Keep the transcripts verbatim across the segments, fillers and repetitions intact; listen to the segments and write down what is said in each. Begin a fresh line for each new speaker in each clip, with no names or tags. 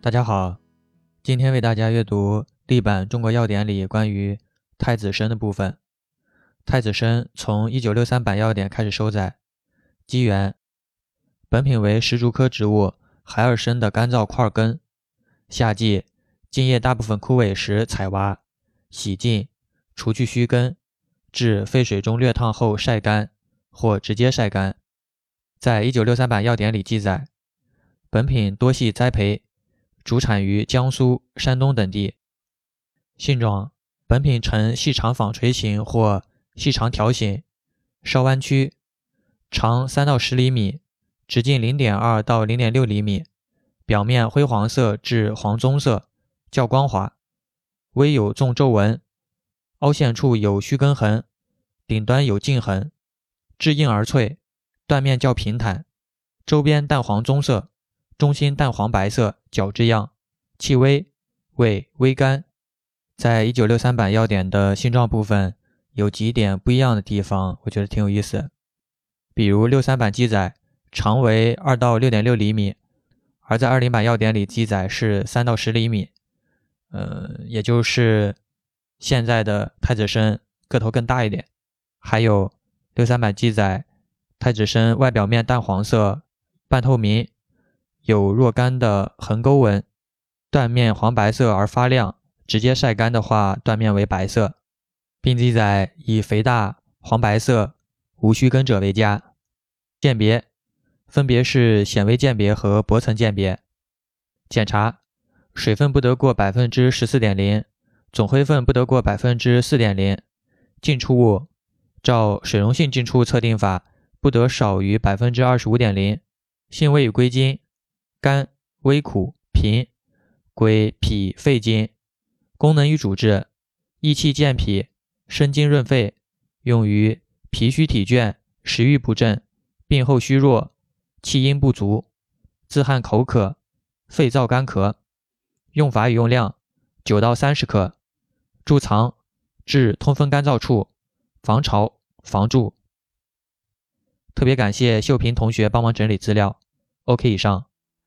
大家好，今天为大家阅读历版《中国要典》里关于太子参的部分。太子参从一九六三版要典开始收载。机缘：本品为石竹科植物海耳参的干燥块根，夏季茎叶大部分枯萎时采挖，洗净，除去须根，至沸水中略烫后晒干，或直接晒干。在一九六三版要典里记载，本品多系栽培，主产于江苏、山东等地。性状：本品呈细长纺锤形或细长条形，稍弯曲，长三到十厘米，直径 零点二到零点六厘米，表面灰黄色至黄棕色，较光滑，微有纵皱纹，凹陷处有须根痕，顶端有茎痕，质硬而脆，断面较平坦，周边淡黄棕色，中心淡黄白色，角质样，气微，味微甘。在一九六三版要典的性状部分有几点不一样的地方，我觉得挺有意思。比如六三版记载长为二到六点六厘米，而在二零版要典里记载是三到十厘米，呃，也就是现在的太子参个头更大一点。还有六三版记载太子参外表面淡黄色，半透明，有若干的横沟纹，断面黄白色而发亮，直接晒干的话断面为白色，并记载以肥大、黄白色、无须根者为佳。鉴别分别是显微鉴别和薄层鉴别。检查：水分不得过 百分之十四点零， 总灰分不得过 百分之四点零， 浸出物照水溶性浸出测定法不得少于 百分之二十五点零， 性味与归经：甘、微苦、平，归脾肺经。功能与主治：益气健脾，生津润肺，用于脾虚体倦、食欲不振、病后虚弱、气阴不足、自汗口渴、肺燥干咳。用法与用量：九到三十克，贮藏，治通风干燥处，防潮防蛀。特别感谢秀萍同学帮忙整理资料。 OK 以上。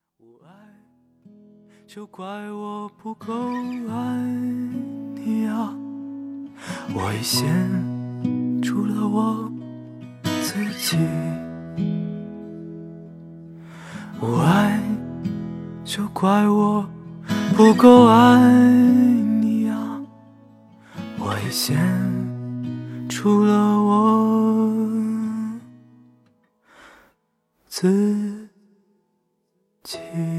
就怪我不够爱你啊，我已献出了我自己。无爱就怪我不够爱你啊，我已献出了我自己。